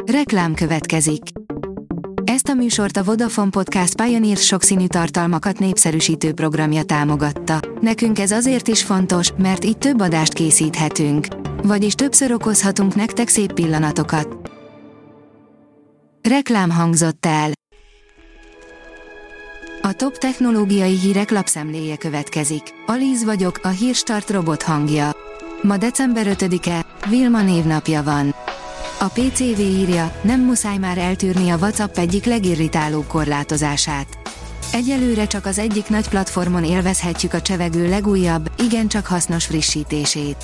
Reklám következik. Ezt a műsort a Vodafone Podcast Pioneer sokszínű tartalmakat népszerűsítő programja támogatta. Nekünk ez azért is fontos, mert így több adást készíthetünk. Vagyis többször okozhatunk nektek szép pillanatokat. Reklám hangzott el. A top technológiai hírek lapszemléje következik. Alíz vagyok, a Hírstart robot hangja. Ma december 5-e, Vilma névnapja van. A PCV írja, nem muszáj már eltűrni a WhatsApp egyik legirritálóbb korlátozását. Egyelőre csak az egyik nagy platformon élvezhetjük a csevegő legújabb, igencsak hasznos frissítését.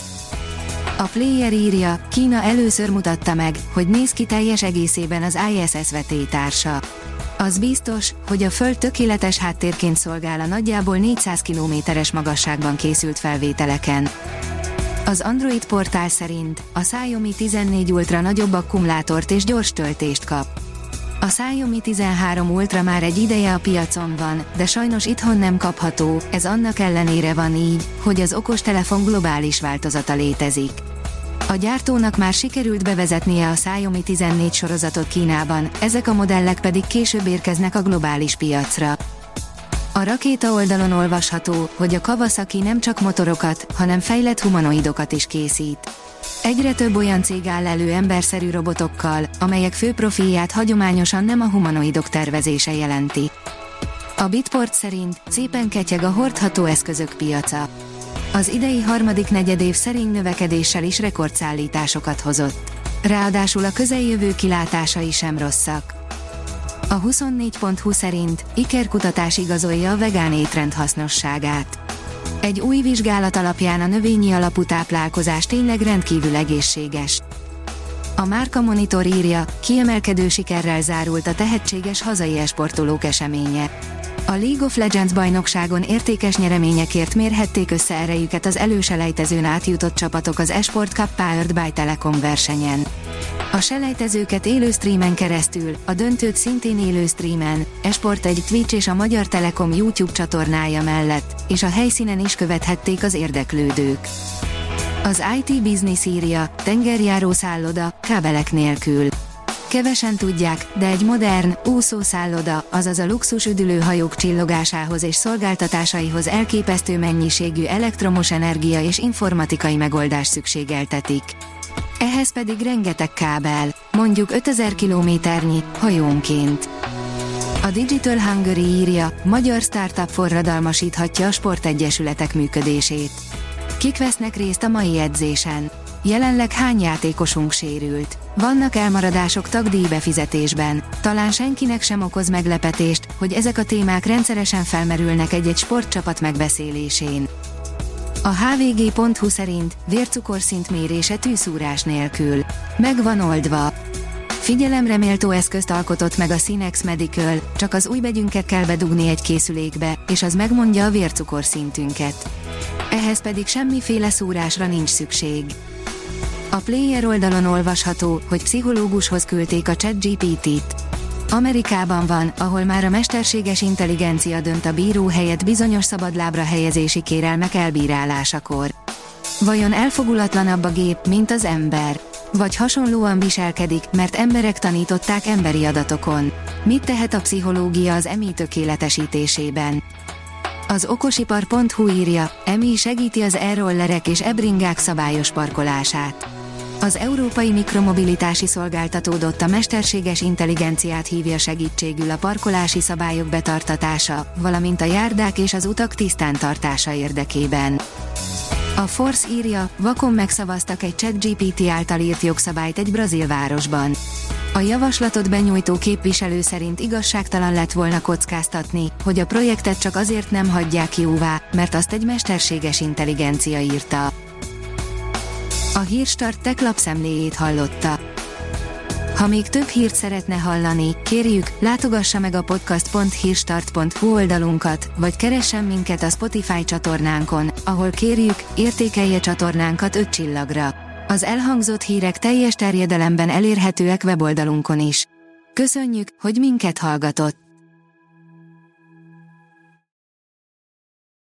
A Player írja, Kína először mutatta meg, hogy néz ki teljes egészében az ISS vetélytársa. Az biztos, hogy a Föld tökéletes háttérként szolgál a nagyjából 400 kilométeres magasságban készült felvételeken. Az Android portál szerint a Xiaomi 14 Ultra nagyobb akkumulátort és gyors töltést kap. A Xiaomi 13 Ultra már egy ideje a piacon van, de sajnos itthon nem kapható, ez annak ellenére van így, hogy az okostelefon globális változata létezik. A gyártónak már sikerült bevezetnie a Xiaomi 14 sorozatot Kínában, ezek a modellek pedig később érkeznek a globális piacra. A Rakéta oldalon olvasható, hogy a Kawasaki nem csak motorokat, hanem fejlett humanoidokat is készít. Egyre több olyan cég áll elő emberszerű robotokkal, amelyek fő profilját hagyományosan nem a humanoidok tervezése jelenti. A Bitport szerint szépen ketyeg a hordható eszközök piaca. Az idei harmadik negyedév szerény növekedéssel is rekordszállításokat hozott. Ráadásul a közeljövő kilátásai sem rosszak. A 24.hu szerint ikerkutatás igazolja a vegán étrend hasznosságát. Egy új vizsgálat alapján a növényi alapú táplálkozás tényleg rendkívül egészséges. A Márka Monitor írja, kiemelkedő sikerrel zárult a tehetséges hazai esportolók eseménye. A League of Legends bajnokságon értékes nyereményekért mérhették össze erejüket az előselejtezőn átjutott csapatok az Esport Cup Powered by Telekom versenyen. A selejtezőket élő streamen keresztül, a döntőt szintén élő streamen, Esport egy Twitch és a Magyar Telekom YouTube csatornája mellett, és a helyszínen is követhették az érdeklődők. Az IT Business írja, tengerjáró szálloda, kábelek nélkül. Kevesen tudják, de egy modern, úszószálloda, azaz a luxus üdülőhajók csillogásához és szolgáltatásaihoz elképesztő mennyiségű elektromos energia és informatikai megoldás szükségeltetik. Ehhez pedig rengeteg kábel, mondjuk 5000 kilométernyi, hajónként. A Digital Hungary írja, magyar startup forradalmasíthatja a sportegyesületek működését. Kik vesznek részt a mai edzésen? Jelenleg hány játékosunk sérült? Vannak elmaradások tagdíjbefizetésben. Talán senkinek sem okoz meglepetést, hogy ezek a témák rendszeresen felmerülnek egy-egy sportcsapat megbeszélésén. A hvg.hu szerint vércukorszint mérése tűszúrás nélkül. Meg van oldva. Figyelemre méltó eszközt alkotott meg a Sinex Medical, csak az ujjbegyünket kell bedugni egy készülékbe, és az megmondja a vércukorszintünket. Ehhez pedig semmiféle szúrásra nincs szükség. A Player oldalon olvasható, hogy pszichológushoz küldték a ChatGPT-t. Amerikában van, ahol már a mesterséges intelligencia dönt a bíró helyett bizonyos szabadlábra helyezési kérelmek elbírálásakor. Vajon elfogulatlanabb a gép, mint az ember? Vagy hasonlóan viselkedik, mert emberek tanították emberi adatokon? Mit tehet a pszichológia az EMI tökéletesítésében? Az okosipar.hu írja, EMI segíti az e-rollerek és e-bringák szabályos parkolását. Az Európai Mikromobilitási Szolgáltató a mesterséges intelligenciát hívja segítségül a parkolási szabályok betartatása, valamint a járdák és az utak tisztán tartása érdekében. A Force írja, vakon megszavaztak egy ChatGPT által írt jogszabályt egy brazil városban. A javaslatot benyújtó képviselő szerint igazságtalan lett volna kockáztatni, hogy a projektet csak azért nem hagyják jóvá, mert azt egy mesterséges intelligencia írta. A Hírstart Tech lapszemléjét hallotta. Ha még több hírt szeretne hallani, kérjük, látogassa meg a podcast.hírstart.hu oldalunkat, vagy keressen minket a Spotify csatornánkon, ahol kérjük, értékelje csatornánkat 5 csillagra. Az elhangzott hírek teljes terjedelemben elérhetőek weboldalunkon is. Köszönjük, hogy minket hallgatott!